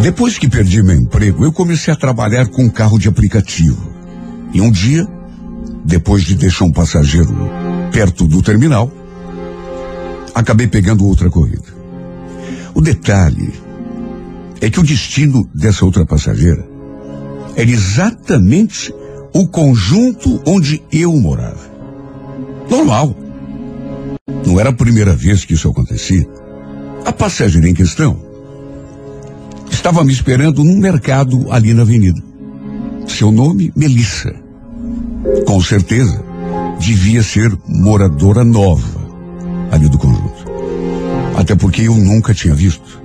Depois que perdi meu emprego, eu comecei a trabalhar com um carro de aplicativo. E um dia, depois de deixar um passageiro perto do terminal, acabei pegando outra corrida. O detalhe é que o destino dessa outra passageira era exatamente o conjunto onde eu morava. Normal. Não era a primeira vez que isso acontecia. A passageira em questão estava me esperando num mercado ali na avenida. Seu nome, Melissa. Com certeza, devia ser moradora nova ali do conjunto. Até porque eu nunca tinha visto.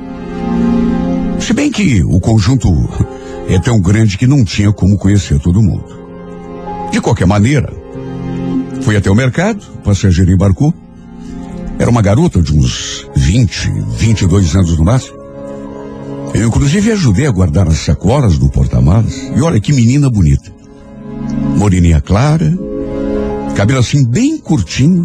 Se bem que o conjunto é tão grande que não tinha como conhecer todo mundo. De qualquer maneira, fui até o mercado, o passageiro embarcou. Era uma garota de uns 22 anos no máximo. Eu, inclusive, ajudei a guardar as sacolas do porta-malas. E olha que menina bonita. Moreninha clara, cabelo assim bem curtinho,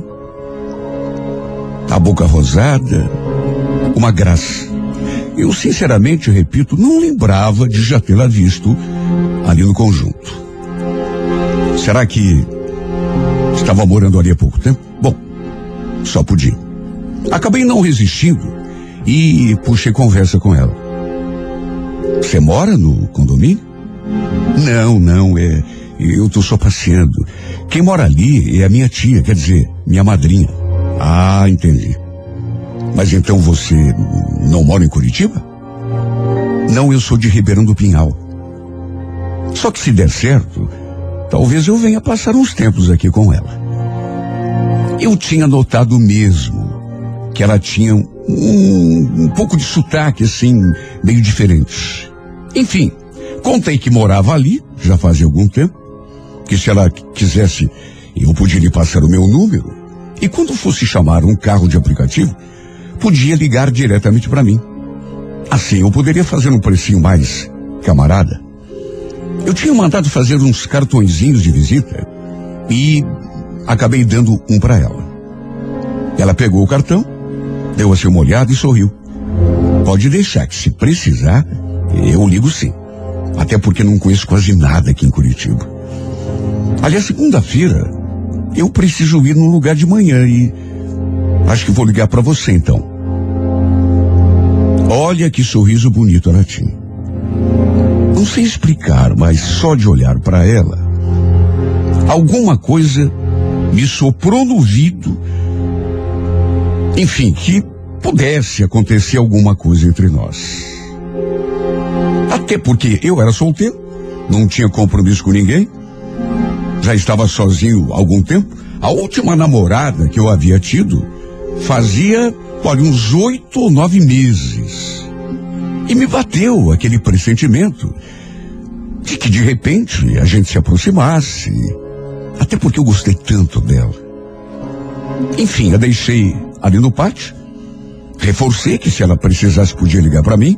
a boca rosada, uma graça. Eu, sinceramente, repito, não lembrava de já tê-la visto ali no conjunto. Será que estava morando ali há pouco tempo? Bom, só podia. Acabei não resistindo e puxei conversa com ela. Você mora no condomínio? Não, eu tô só passeando. Quem mora ali é a minha tia, quer dizer, minha madrinha. Ah, entendi. Mas então você não mora em Curitiba? Não, eu sou de Ribeirão do Pinhal. Só que se der certo, talvez eu venha passar uns tempos aqui com ela. Eu tinha notado mesmo que ela tinha um pouco de sotaque, assim, meio diferente. Enfim, contei que morava ali, já fazia algum tempo, que se ela quisesse, eu podia lhe passar o meu número, e quando fosse chamar um carro de aplicativo, podia ligar diretamente para mim. Assim, eu poderia fazer um precinho mais camarada. Eu tinha mandado fazer uns cartõezinhos de visita e acabei dando um para ela. Ela pegou o cartão, deu assim uma olhada e sorriu. Pode deixar que se precisar, eu ligo sim. Até porque não conheço quase nada aqui em Curitiba. Aliás, segunda-feira, eu preciso ir num lugar de manhã e acho que vou ligar para você então. Olha que sorriso bonito ela tinha. Não sei explicar, mas só de olhar para ela, alguma coisa me soprou no ouvido. Enfim, que pudesse acontecer alguma coisa entre nós. Até porque eu era solteiro, não tinha compromisso com ninguém, já estava sozinho há algum tempo. A última namorada que eu havia tido fazia, olha, uns 8 ou 9 meses. E me bateu aquele pressentimento de que de repente a gente se aproximasse, até porque eu gostei tanto dela. Enfim, a deixei ali no pátio, reforcei que se ela precisasse podia ligar para mim,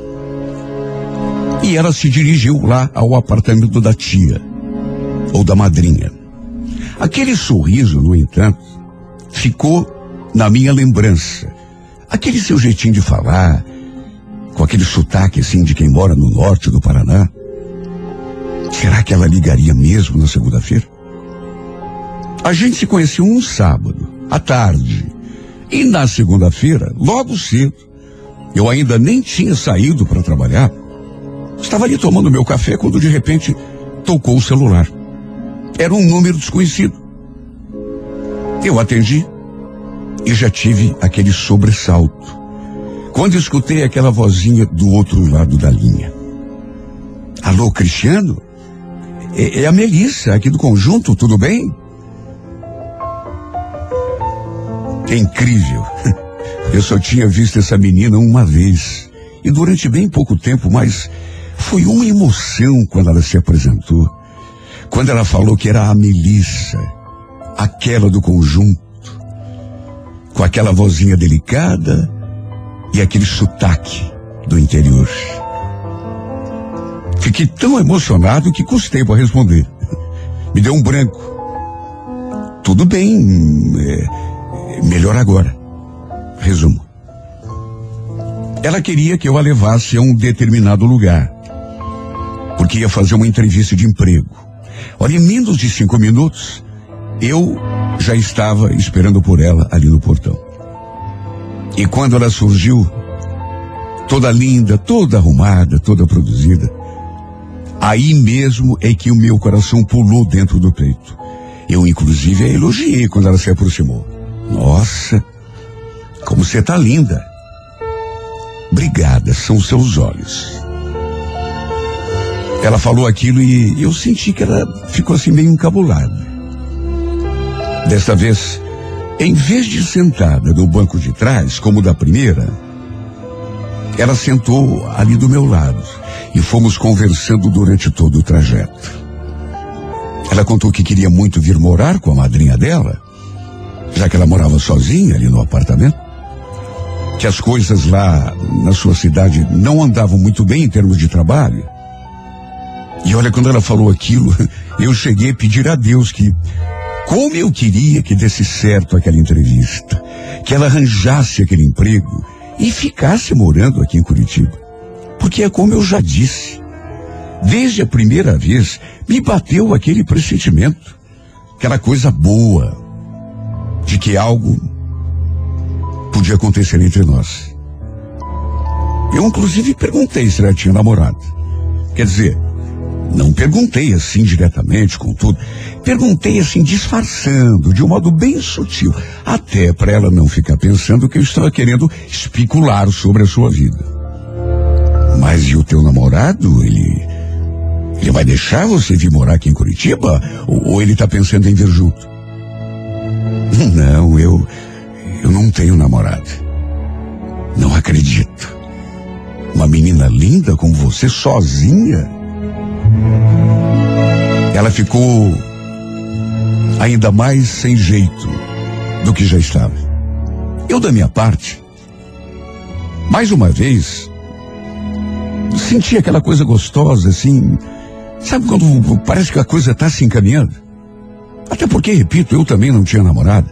e ela se dirigiu lá ao apartamento da tia, ou da madrinha. Aquele sorriso, no entanto, ficou na minha lembrança. Aquele seu jeitinho de falar, com aquele sotaque assim de quem mora no norte do Paraná. Será que ela ligaria mesmo na segunda-feira? A gente se conheceu um sábado, à tarde. E na segunda-feira, logo cedo, eu ainda nem tinha saído para trabalhar. Estava ali tomando meu café quando de repente tocou o celular. Era um número desconhecido. Eu atendi e já tive aquele sobressalto quando escutei aquela vozinha do outro lado da linha. Alô, Cristiano? É a Melissa aqui do conjunto, tudo bem? É incrível. Eu só tinha visto essa menina uma vez e durante bem pouco tempo, mas foi uma emoção quando ela se apresentou. Quando ela falou que era a Melissa, aquela do conjunto, com aquela vozinha delicada e aquele sotaque do interior. Fiquei tão emocionado que custei para responder. Me deu um branco. Tudo bem, melhor agora. Resumo. Ela queria que eu a levasse a um determinado lugar, porque ia fazer uma entrevista de emprego. Olha, em menos de 5 minutos, eu já estava esperando por ela ali no portão. E quando ela surgiu, toda linda, toda arrumada, toda produzida, aí mesmo é que o meu coração pulou dentro do peito. Eu, inclusive, a elogiei quando ela se aproximou. Nossa, como você tá linda. Obrigada, são seus olhos. Ela falou aquilo e eu senti que ela ficou assim meio encabulada. Desta vez, em vez de sentada no banco de trás, como da primeira, ela sentou ali do meu lado e fomos conversando durante todo o trajeto. Ela contou que queria muito vir morar com a madrinha dela, já que ela morava sozinha ali no apartamento, que as coisas lá na sua cidade não andavam muito bem em termos de trabalho. E olha, quando ela falou aquilo, eu cheguei a pedir a Deus que, como eu queria que desse certo aquela entrevista, que ela arranjasse aquele emprego e ficasse morando aqui em Curitiba. Porque é como eu já disse, desde a primeira vez me bateu aquele pressentimento, aquela coisa boa, de que algo podia acontecer entre nós. Eu inclusive perguntei se ela tinha namorado. Quer dizer, não perguntei assim diretamente, contudo. Perguntei assim disfarçando, de um modo bem sutil, até para ela não ficar pensando que eu estava querendo especular sobre a sua vida. Mas e o teu namorado, ele vai deixar você vir morar aqui em Curitiba? Ou ele está pensando em vir junto? Não, eu não tenho namorado. Não acredito. Uma menina linda como você, sozinha? Ela ficou ainda mais sem jeito do que já estava. Eu, da minha parte, mais uma vez, senti aquela coisa gostosa, assim, sabe quando parece que a coisa está se encaminhando? Até porque, repito, eu também não tinha namorada.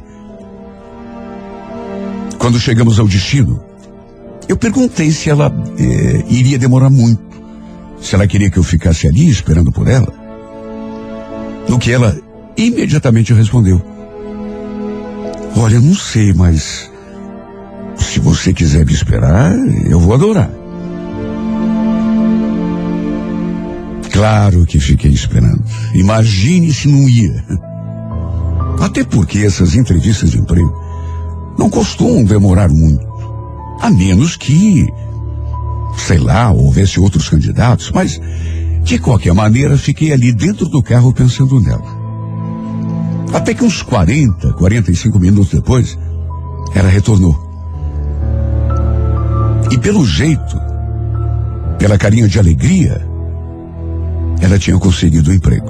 Quando chegamos ao destino, eu perguntei se ela iria demorar muito, se ela queria que eu ficasse ali esperando por ela. No que ela imediatamente respondeu: olha, não sei, mas se você quiser me esperar, eu vou adorar. Claro que fiquei esperando. Imagine se não ia. Até porque essas entrevistas de emprego não costumam demorar muito. A menos que, sei lá, houvesse outros candidatos, mas de qualquer maneira fiquei ali dentro do carro pensando nela. Até que uns 45 minutos depois, ela retornou. E pelo jeito, pela carinha de alegria, ela tinha conseguido o emprego.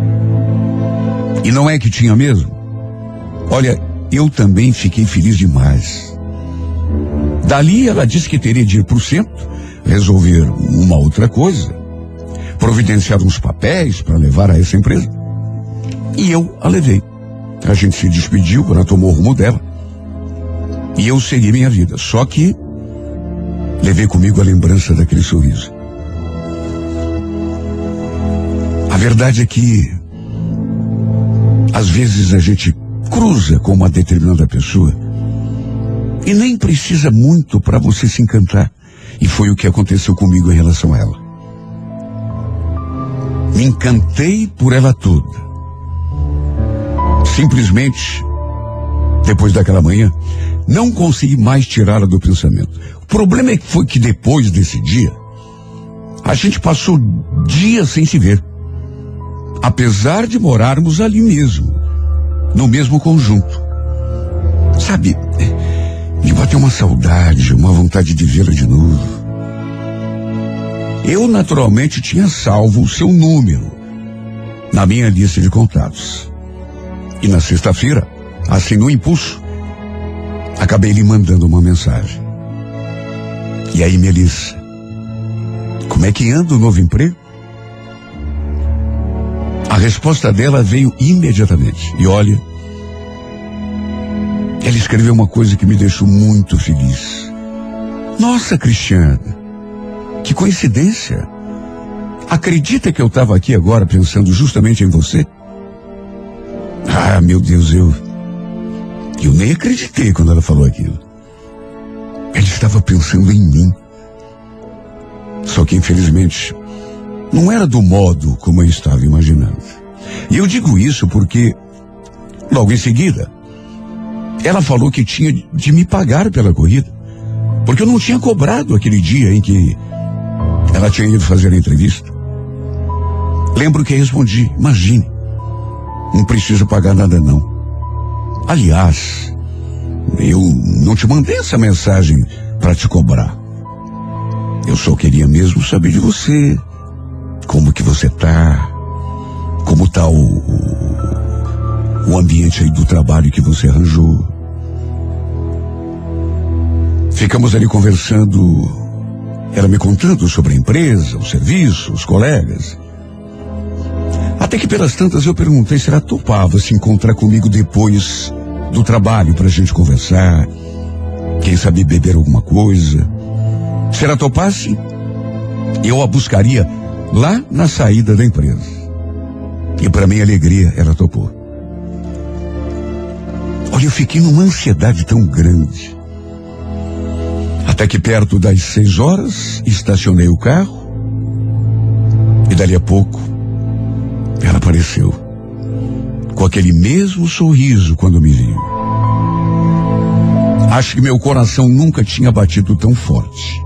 E não é que tinha mesmo? Olha, eu também fiquei feliz demais. Dali ela disse que teria de ir para o centro, resolver uma outra coisa, providenciar uns papéis para levar a essa empresa. E eu a levei. A gente se despediu, ela tomou o rumo dela. E eu segui minha vida. Só que levei comigo a lembrança daquele sorriso. A verdade é que às vezes a gente cruza com uma determinada pessoa e nem precisa muito para você se encantar. E foi o que aconteceu comigo em relação a ela. Me encantei por ela toda. Simplesmente, depois daquela manhã, não consegui mais tirá-la do pensamento. O problema foi que depois desse dia, a gente passou dias sem se ver. Apesar de morarmos ali mesmo, no mesmo conjunto. Sabe, me bateu uma saudade, uma vontade de vê-la de novo. Eu naturalmente tinha salvo o seu número na minha lista de contatos. E na sexta-feira, assim no impulso, acabei lhe mandando uma mensagem. E aí, Melissa, como é que anda o novo emprego? A resposta dela veio imediatamente. E olha, ela escreveu uma coisa que me deixou muito feliz. Nossa, Cristiana, que coincidência. Acredita que eu estava aqui agora pensando justamente em você? Ah, meu Deus, eu nem acreditei quando ela falou aquilo. Ela estava pensando em mim. Só que, infelizmente, não era do modo como eu estava imaginando. E eu digo isso porque, logo em seguida, ela falou que tinha de me pagar pela corrida, porque eu não tinha cobrado aquele dia em que ela tinha ido fazer a entrevista. Lembro que respondi: imagine, não preciso pagar nada não. Aliás, eu não te mandei essa mensagem para te cobrar. Eu só queria mesmo saber de você, como que você tá, como tá o ambiente aí do trabalho que você arranjou. Ficamos ali conversando, ela me contando sobre a empresa, o serviço, os colegas. Até que pelas tantas eu perguntei se ela topava se encontrar comigo depois do trabalho pra gente conversar, quem sabe beber alguma coisa. Se ela topasse, eu a buscaria lá na saída da empresa. E para minha alegria, ela topou. Olha, eu fiquei numa ansiedade tão grande. Até que perto das 6 horas, estacionei o carro e dali a pouco ela apareceu, com aquele mesmo sorriso quando me viu. Acho que meu coração nunca tinha batido tão forte.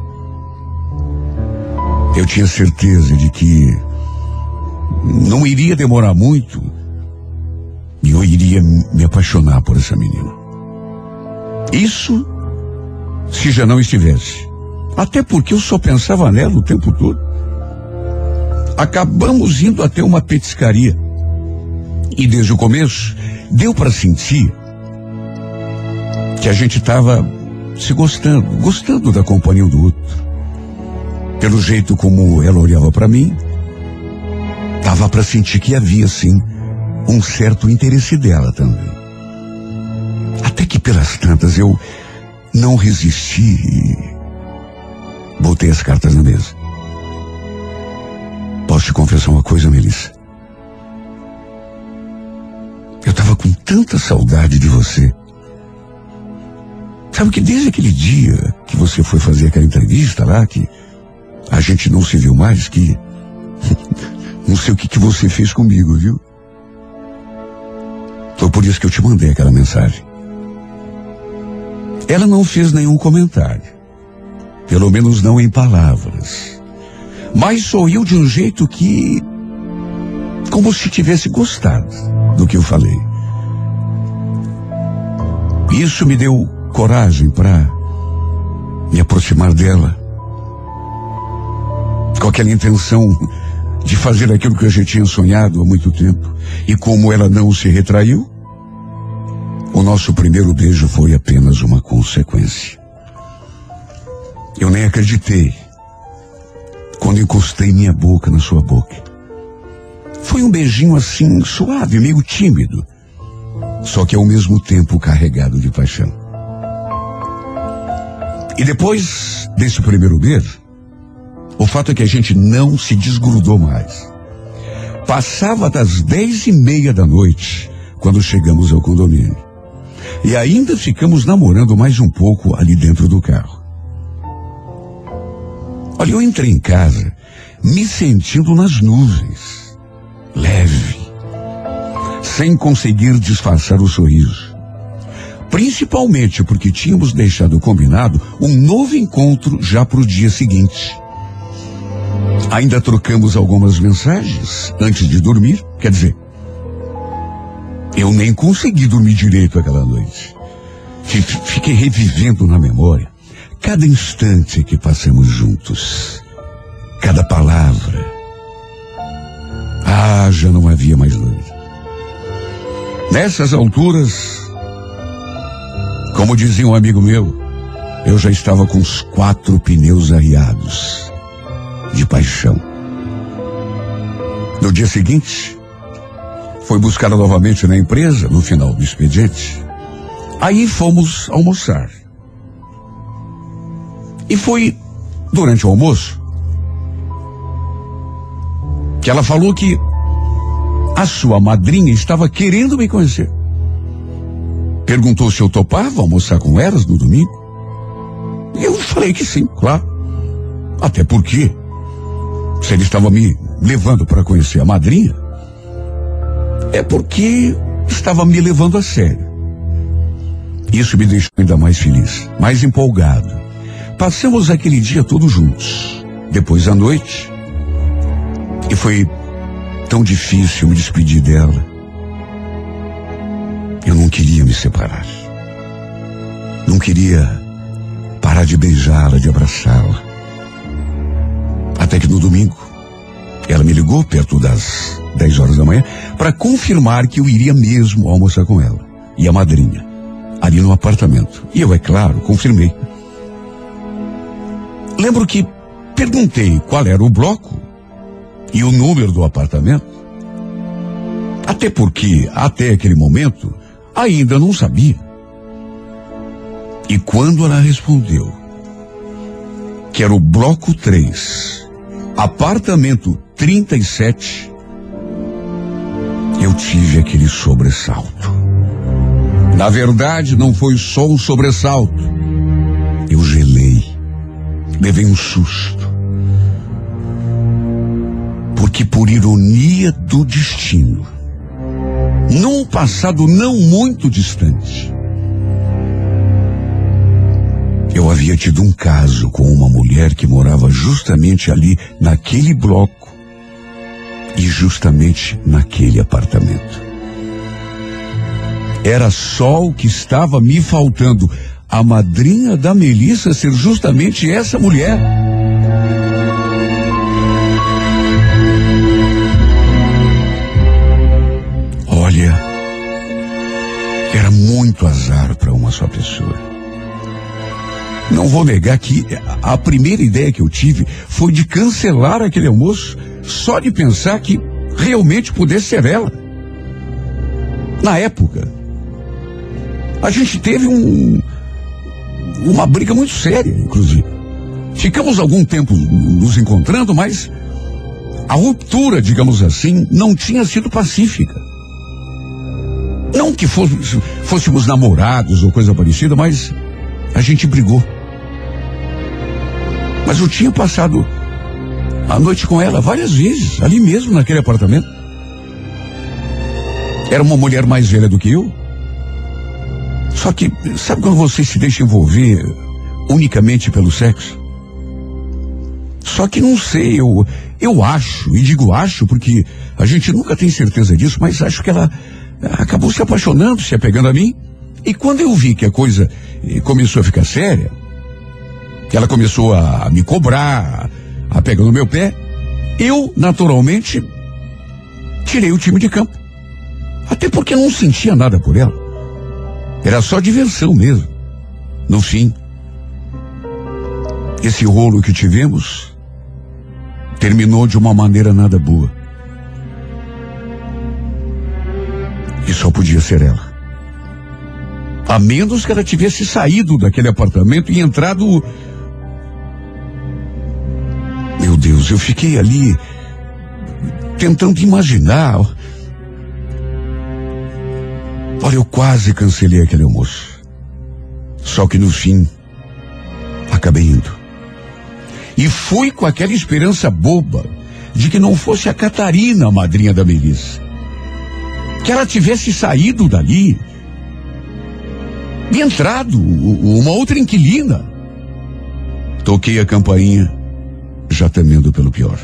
Eu tinha certeza de que não iria demorar muito e eu iria me apaixonar por essa menina. Isso se já não estivesse. Até porque eu só pensava nela o tempo todo. Acabamos indo até uma petiscaria. E desde o começo, deu para sentir que a gente estava se gostando da companhia um do outro. Pelo jeito como ela olhava para mim, dava para sentir que havia, sim, um certo interesse dela também. Até que pelas tantas eu não resisti e botei as cartas na mesa. Posso te confessar uma coisa, Melissa? Eu estava com tanta saudade de você. Sabe que desde aquele dia que você foi fazer aquela entrevista lá, que a gente não se viu mais, que não sei o que você fez comigo, viu? Foi por isso que eu te mandei aquela mensagem. Ela não fez nenhum comentário, pelo menos não em palavras, mas sorriu de um jeito que, como se tivesse gostado do que eu falei. Isso me deu coragem para me aproximar dela, com aquela intenção de fazer aquilo que eu já tinha sonhado há muito tempo. E como ela não se retraiu, o nosso primeiro beijo foi apenas uma consequência. Eu nem acreditei quando encostei minha boca na sua boca. Foi um beijinho assim, suave, meio tímido, só que ao mesmo tempo carregado de paixão. E depois desse primeiro beijo, o fato é que a gente não se desgrudou mais. Passava das 10:30 da noite quando chegamos ao condomínio. E ainda ficamos namorando mais um pouco ali dentro do carro. Olha, eu entrei em casa me sentindo nas nuvens, leve, sem conseguir disfarçar o sorriso. Principalmente porque tínhamos deixado combinado um novo encontro já para o dia seguinte. Ainda trocamos algumas mensagens antes de dormir, quer dizer, eu nem consegui dormir direito aquela noite. Fiquei revivendo na memória cada instante que passamos juntos, cada palavra. Ah, já não havia mais dúvida. Nessas alturas, como dizia um amigo meu, eu já estava com os 4 pneus arriados de paixão. No dia seguinte, foi buscá-la novamente na empresa, no final do expediente. Aí fomos almoçar. E foi durante o almoço que ela falou que a sua madrinha estava querendo me conhecer. Perguntou se eu topava almoçar com elas no domingo. E eu falei que sim, claro. Até porque, se ele estava me levando para conhecer a madrinha, é porque estava me levando a sério. Isso me deixou ainda mais feliz, mais empolgado. Passamos aquele dia todos juntos. Depois à noite, e foi tão difícil me despedir dela. Eu não queria me separar. Não queria parar de beijá-la, de abraçá-la. Até que no domingo, ela me ligou perto das 10 horas da manhã para confirmar que eu iria mesmo almoçar com ela e a madrinha, ali no apartamento. E eu, é claro, confirmei. Lembro que perguntei qual era o bloco e o número do apartamento. Até porque, até aquele momento, ainda não sabia. E quando ela respondeu que era o bloco 3, apartamento 37, eu tive aquele sobressalto. Na verdade, não foi só um sobressalto. Eu gelei. Levei um susto. Porque, por ironia do destino, num passado não muito distante, eu havia tido um caso com uma mulher que morava justamente ali, naquele bloco e justamente naquele apartamento. Era só o que estava me faltando, a madrinha da Melissa ser justamente essa mulher. Olha, era muito azar para uma só pessoa. Não vou negar que a primeira ideia que eu tive foi de cancelar aquele almoço, só de pensar que realmente pudesse ser ela. Na época, a gente teve uma briga muito séria, inclusive. Ficamos algum tempo nos encontrando, mas a ruptura, digamos assim, não tinha sido pacífica. Não que fôssemos namorados ou coisa parecida, mas a gente brigou. Mas eu tinha passado a noite com ela várias vezes, ali mesmo naquele apartamento. Era uma mulher mais velha do que eu. Só que, sabe quando você se deixa envolver unicamente pelo sexo? Só que não sei, eu acho, e digo acho porque a gente nunca tem certeza disso, mas acho que ela acabou se apaixonando, se apegando a mim. E quando eu vi que a coisa começou a ficar séria, que ela começou a me cobrar, a pegar no meu pé, eu, naturalmente, tirei o time de campo. Até porque não sentia nada por ela. Era só diversão mesmo. No fim, esse rolo que tivemos terminou de uma maneira nada boa. E só podia ser ela. A menos que ela tivesse saído daquele apartamento e entrado... Meu Deus, eu fiquei ali tentando imaginar. Olha, eu quase cancelei aquele almoço. Só que no fim, acabei indo. E fui com aquela esperança boba de que não fosse a Catarina a madrinha da Melissa. Que ela tivesse saído dali e entrado uma outra inquilina. Toquei a campainha, já temendo pelo pior.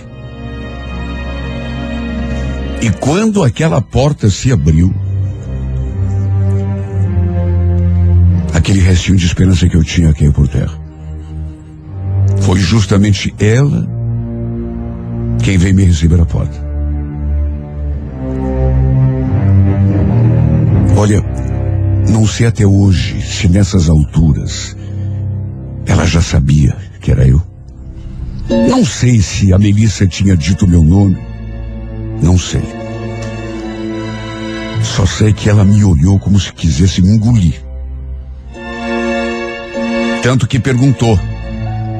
E quando aquela porta se abriu, aquele restinho de esperança que eu tinha caiu por terra. Foi justamente ela quem veio me receber à porta. Olha, não sei até hoje se nessas alturas ela já sabia que era eu. Não sei se a Melissa tinha dito meu nome. Não sei. Só sei que ela me olhou como se quisesse me engolir. Tanto que perguntou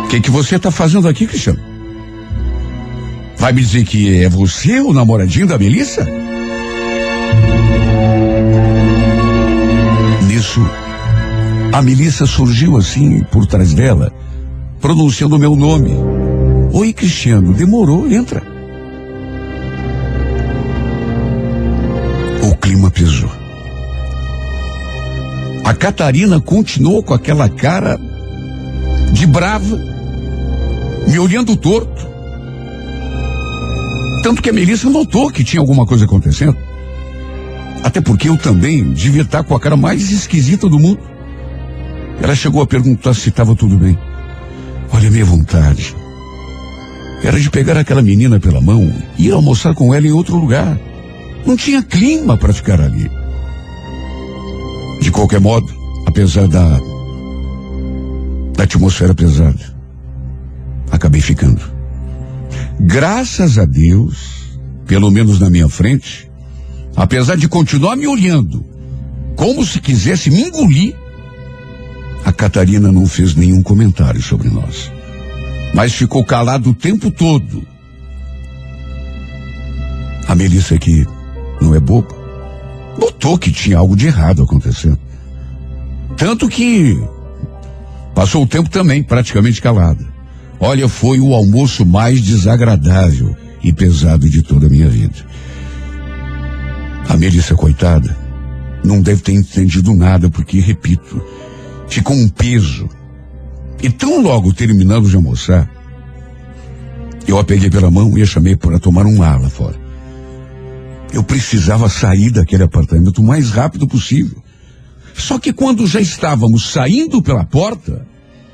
O que você está fazendo aqui, Cristiano? Vai me dizer que é você o namoradinho da Melissa? Nisso, a Melissa surgiu assim por trás dela, pronunciando o meu nome. Oi, Cristiano, demorou, entra. O clima pesou. A Catarina continuou com aquela cara de brava, me olhando torto. Tanto que a Melissa notou que tinha alguma coisa acontecendo. Até porque eu também devia estar com a cara mais esquisita do mundo. Ela chegou a perguntar se estava tudo bem. Olha, minha vontade era de pegar aquela menina pela mão e ir almoçar com ela em outro lugar. Não tinha clima para ficar ali. De qualquer modo, apesar da atmosfera pesada, acabei ficando. Graças a Deus, pelo menos na minha frente, apesar de continuar me olhando como se quisesse me engolir, a Catarina não fez nenhum comentário sobre nós, mas ficou calada o tempo todo. A Melissa, que não é boba, notou que tinha algo de errado acontecendo. Tanto que passou o tempo também praticamente calada. Olha, foi o almoço mais desagradável e pesado de toda a minha vida. A Melissa, coitada, não deve ter entendido nada, porque, repito, ficou um peso. E tão logo terminando de almoçar, eu a peguei pela mão e a chamei para tomar um ar lá fora. Eu precisava sair daquele apartamento o mais rápido possível. Só que quando já estávamos saindo pela porta,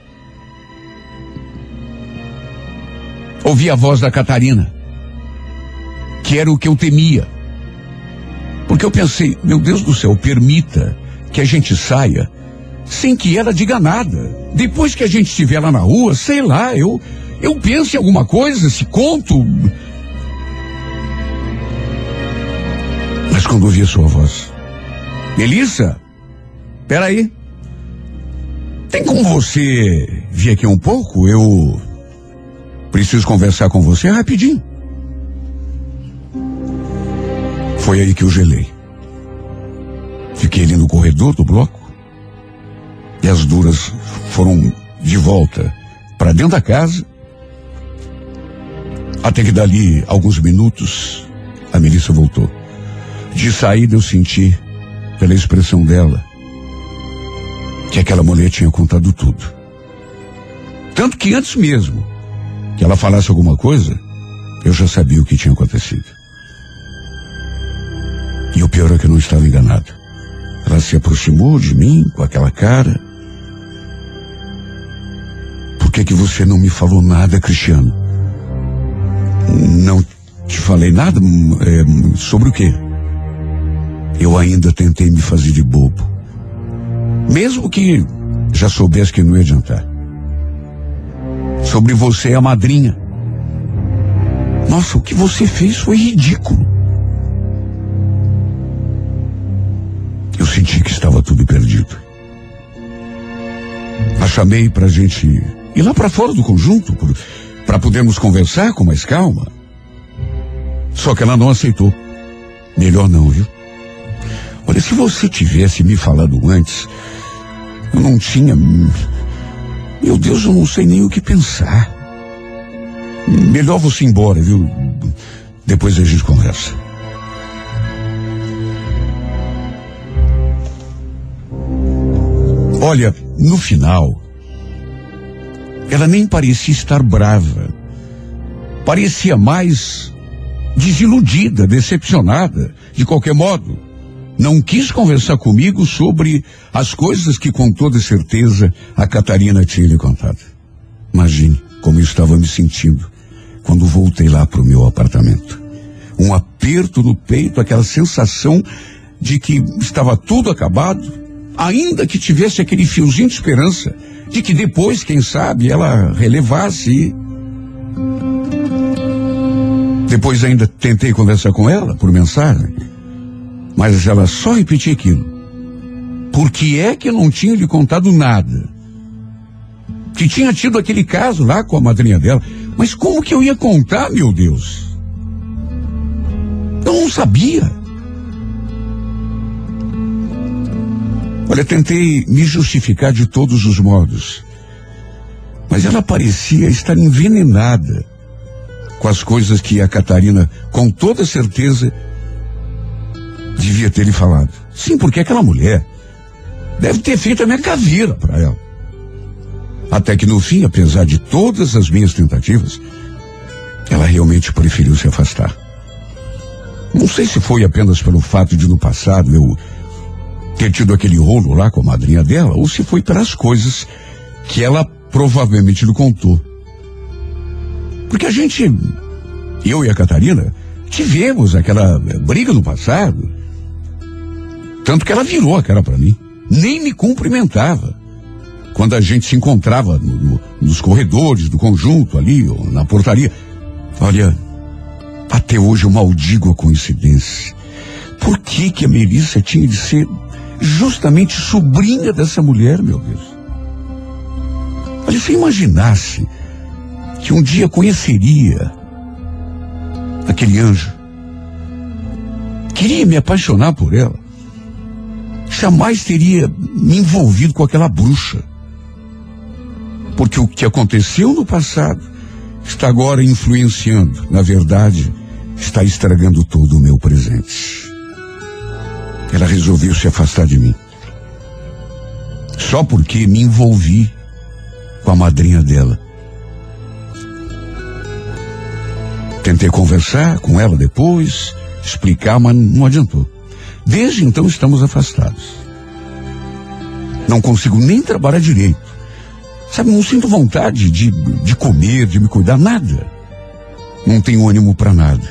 ouvi a voz da Catarina, que era o que eu temia. Porque eu pensei, meu Deus do céu, permita que a gente saia sem que ela diga nada. Depois que a gente estiver lá na rua, sei lá, eu penso em alguma coisa, se conto. Mas quando ouvi a sua voz, Melissa, peraí, tem como você vir aqui um pouco? Eu preciso conversar com você rapidinho. Foi aí que eu gelei. Fiquei ali no corredor do bloco e as duras foram de volta para dentro da casa, até que dali alguns minutos a Melissa voltou. De saída eu senti, pela expressão dela, que aquela mulher tinha contado tudo. Tanto que antes mesmo que ela falasse alguma coisa, eu já sabia o que tinha acontecido. E o pior é que eu não estava enganado. Ela se aproximou de mim com aquela cara. Por que você não me falou nada, Cristiano? Não te falei nada? Sobre o quê? Eu ainda tentei me fazer de bobo, mesmo que já soubesse que não ia adiantar. Sobre você e a madrinha. Nossa, o que você fez foi ridículo. Eu senti que estava tudo perdido. A chamei pra gente ir lá pra fora do conjunto, pra podermos conversar com mais calma. Só que ela não aceitou. Melhor não, viu? Olha, se você tivesse me falado antes, eu não tinha... Meu Deus, eu não sei nem o que pensar. Melhor você ir embora, viu? Depois a gente conversa. Olha, no final, ela nem parecia estar brava. Parecia mais desiludida, decepcionada. De qualquer modo, não quis conversar comigo sobre as coisas que com toda certeza a Catarina tinha lhe contado. Imagine como eu estava me sentindo quando voltei lá para o meu apartamento. Um aperto no peito, aquela sensação de que estava tudo acabado, ainda que tivesse aquele fiozinho de esperança de que depois, quem sabe, ela relevasse. Depois ainda tentei conversar com ela por mensagem, mas ela só repetia aquilo. Por que é que eu não tinha lhe contado nada? que tinha tido aquele caso lá com a madrinha dela. Mas como que eu ia contar, meu Deus? Eu não sabia. Olha, tentei me justificar de todos os modos, mas ela parecia estar envenenada com as coisas que a Catarina, com toda certeza, devia ter lhe falado. Sim, porque aquela mulher deve ter feito a minha caveira para ela. Até que no fim, apesar de todas as minhas tentativas, ela realmente preferiu se afastar. Não sei se foi apenas pelo fato de no passado eu ter tido aquele rolo lá com a madrinha dela, ou se foi pelas coisas que ela provavelmente lhe contou. Porque a gente, eu e a Catarina, tivemos aquela briga no passado. Tanto que ela virou a cara pra mim. Nem me cumprimentava. Quando a gente se encontrava nos corredores do conjunto ali, ou na portaria. Olha, até hoje eu maldigo a coincidência. Por que a Melissa tinha de ser justamente sobrinha dessa mulher, meu Deus? Olha, se eu imaginasse que um dia conheceria aquele anjo, queria me apaixonar por ela, jamais teria me envolvido com aquela bruxa. Porque o que aconteceu no passado está agora influenciando, na verdade, está estragando todo o meu presente. Ela resolveu se afastar de mim, só porque me envolvi com a madrinha dela. Tentei conversar com ela depois, explicar, mas não adiantou. Desde então estamos afastados. Não consigo nem trabalhar direito. Sabe, não sinto vontade de comer, de me cuidar, nada. Não tenho ânimo para nada.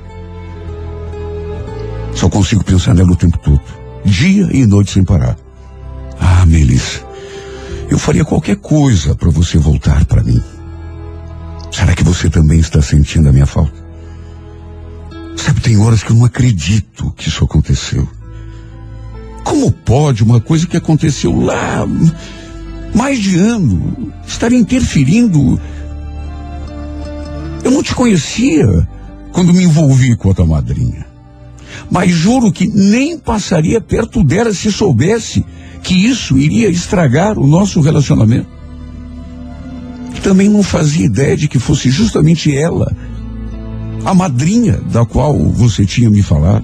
Só consigo pensar nela o tempo todo, dia e noite sem parar. Ah, Melissa, eu faria qualquer coisa para você voltar para mim. Será que você também está sentindo a minha falta? Sabe, tem horas que eu não acredito que isso aconteceu. Como pode uma coisa que aconteceu lá mais de ano estar interferindo? Eu não te conhecia quando me envolvi com a tua madrinha, mas juro que nem passaria perto dela se soubesse que isso iria estragar o nosso relacionamento. Também não fazia ideia de que fosse justamente ela, a madrinha da qual você tinha me falado.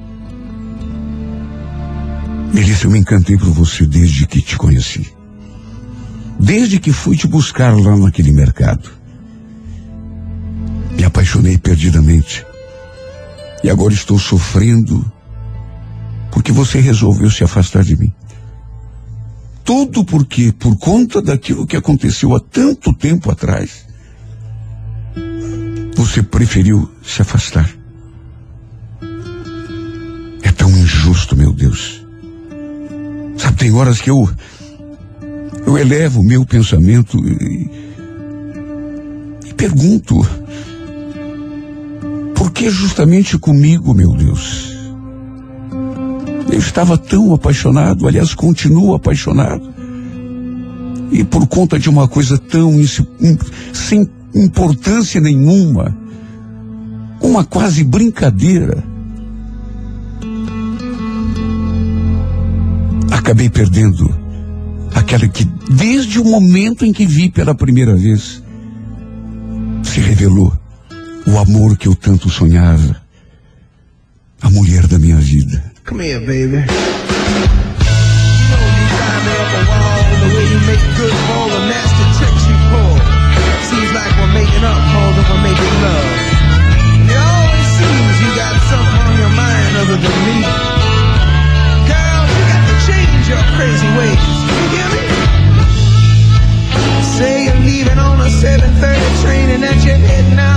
Melissa, eu me encantei por você desde que te conheci. Desde que fui te buscar lá naquele mercado. Me apaixonei perdidamente. E agora estou sofrendo porque você resolveu se afastar de mim. Tudo porque, por conta daquilo que aconteceu há tanto tempo atrás, você preferiu se afastar. É tão injusto, meu Deus. Sabe, tem horas que eu elevo o meu pensamento e pergunto, por que justamente comigo, meu Deus? Eu estava tão apaixonado, aliás, continuo apaixonado. E por conta de uma coisa tão sem importância nenhuma, uma quase brincadeira, acabei perdendo aquela que, desde o momento em que vi pela primeira vez, se revelou o amor que eu tanto sonhava, a mulher da minha vida. Come here, baby. You know you got me up a wall, the way you make good for all the nasty tricks you pull. Seems like we're making up more than we're making love. It always seems you got something on your mind other than me. Girl, you got to change your crazy ways. You hear me? Say you're leaving on a 7:30 train and that you're heading out